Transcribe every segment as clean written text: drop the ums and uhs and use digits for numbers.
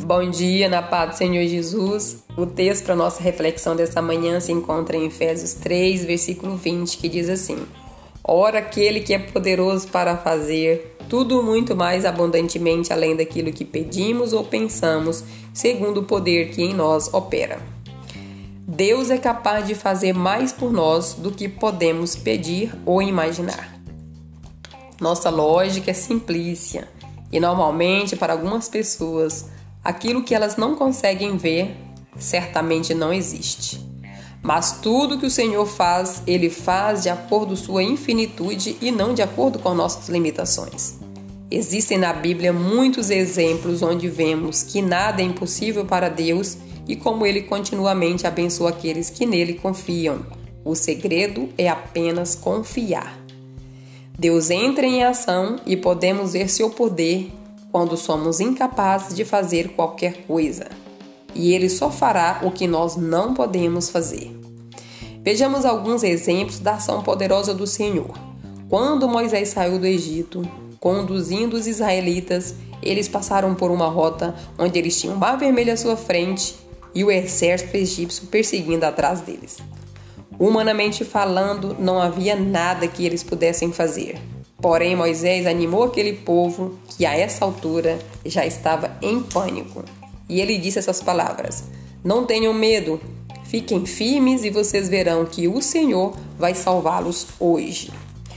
Bom dia, na paz do Senhor Jesus. O texto para nossa reflexão dessa manhã se encontra em Efésios 3, versículo 20, que diz assim: Ora, aquele que é poderoso para fazer tudo muito mais abundantemente além daquilo que pedimos ou pensamos, segundo o poder que em nós opera. Deus é capaz de fazer mais por nós do que podemos pedir ou imaginar. Nossa lógica é simplícia e normalmente para algumas pessoas aquilo que elas não conseguem ver certamente não existe. Mas tudo que o Senhor faz, Ele faz de acordo com sua infinitude e não de acordo com nossas limitações. Existem na Bíblia muitos exemplos onde vemos que nada é impossível para Deus e como Ele continuamente abençoa aqueles que nele confiam. O segredo é apenas confiar. Deus entra em ação e podemos ver seu poder quando somos incapazes de fazer qualquer coisa. E Ele só fará o que nós não podemos fazer. Vejamos alguns exemplos da ação poderosa do Senhor. Quando Moisés saiu do Egito, conduzindo os israelitas, eles passaram por uma rota onde eles tinham o Mar Vermelho à sua frente e o exército egípcio perseguindo atrás deles. Humanamente falando, não havia nada que eles pudessem fazer. Porém, Moisés animou aquele povo que a essa altura já estava em pânico. E ele disse essas palavras: Não tenham medo, fiquem firmes e vocês verão que o Senhor vai salvá-los hoje.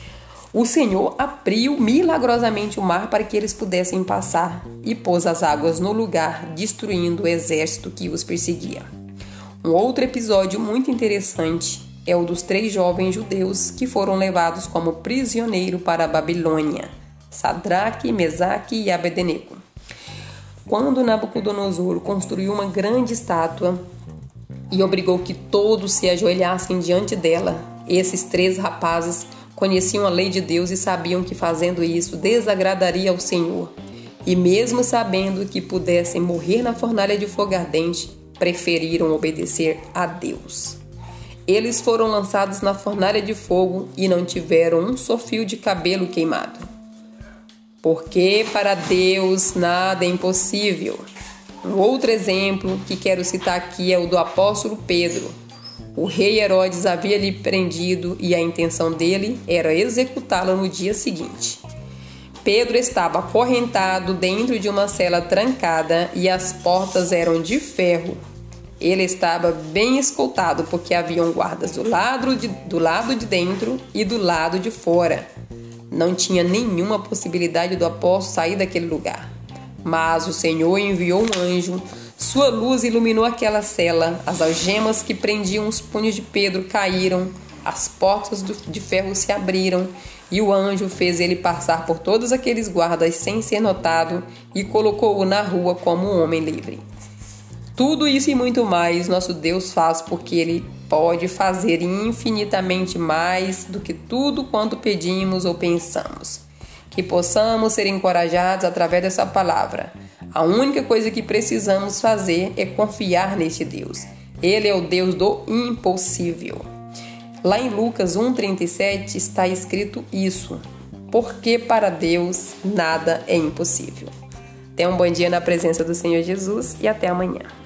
O Senhor abriu milagrosamente o mar para que eles pudessem passar e pôs as águas no lugar, destruindo o exército que os perseguia. Um outro episódio muito interessante é o dos 3 jovens judeus que foram levados como prisioneiro para a Babilônia, Sadraque, Mesaque e Abednego. Quando Nabucodonosor construiu uma grande estátua e obrigou que todos se ajoelhassem diante dela, esses 3 rapazes conheciam a lei de Deus e sabiam que fazendo isso desagradaria ao Senhor. E mesmo sabendo que pudessem morrer na fornalha de fogo ardente, preferiram obedecer a Deus. Eles foram lançados na fornalha de fogo e não tiveram um só fio de cabelo queimado. Porque para Deus nada é impossível. Um outro exemplo que quero citar aqui é o do apóstolo Pedro. O rei Herodes havia lhe prendido e a intenção dele era executá-lo no dia seguinte. Pedro estava acorrentado dentro de uma cela trancada e as portas eram de ferro. Ele estava bem escoltado porque haviam guardas do lado de dentro e do lado de fora. Não tinha nenhuma possibilidade do apóstolo sair daquele lugar. Mas o Senhor enviou um anjo, sua luz iluminou aquela cela, as algemas que prendiam os punhos de Pedro caíram, as portas de ferro se abriram e o anjo fez ele passar por todos aqueles guardas sem ser notado e colocou-o na rua como um homem livre. Tudo isso e muito mais nosso Deus faz porque Ele pode fazer infinitamente mais do que tudo quanto pedimos ou pensamos. Que possamos ser encorajados através dessa palavra. A única coisa que precisamos fazer é confiar neste Deus. Ele é o Deus do impossível. Lá em Lucas 1,37 está escrito isso: porque para Deus nada é impossível. Tenha um bom dia na presença do Senhor Jesus e até amanhã.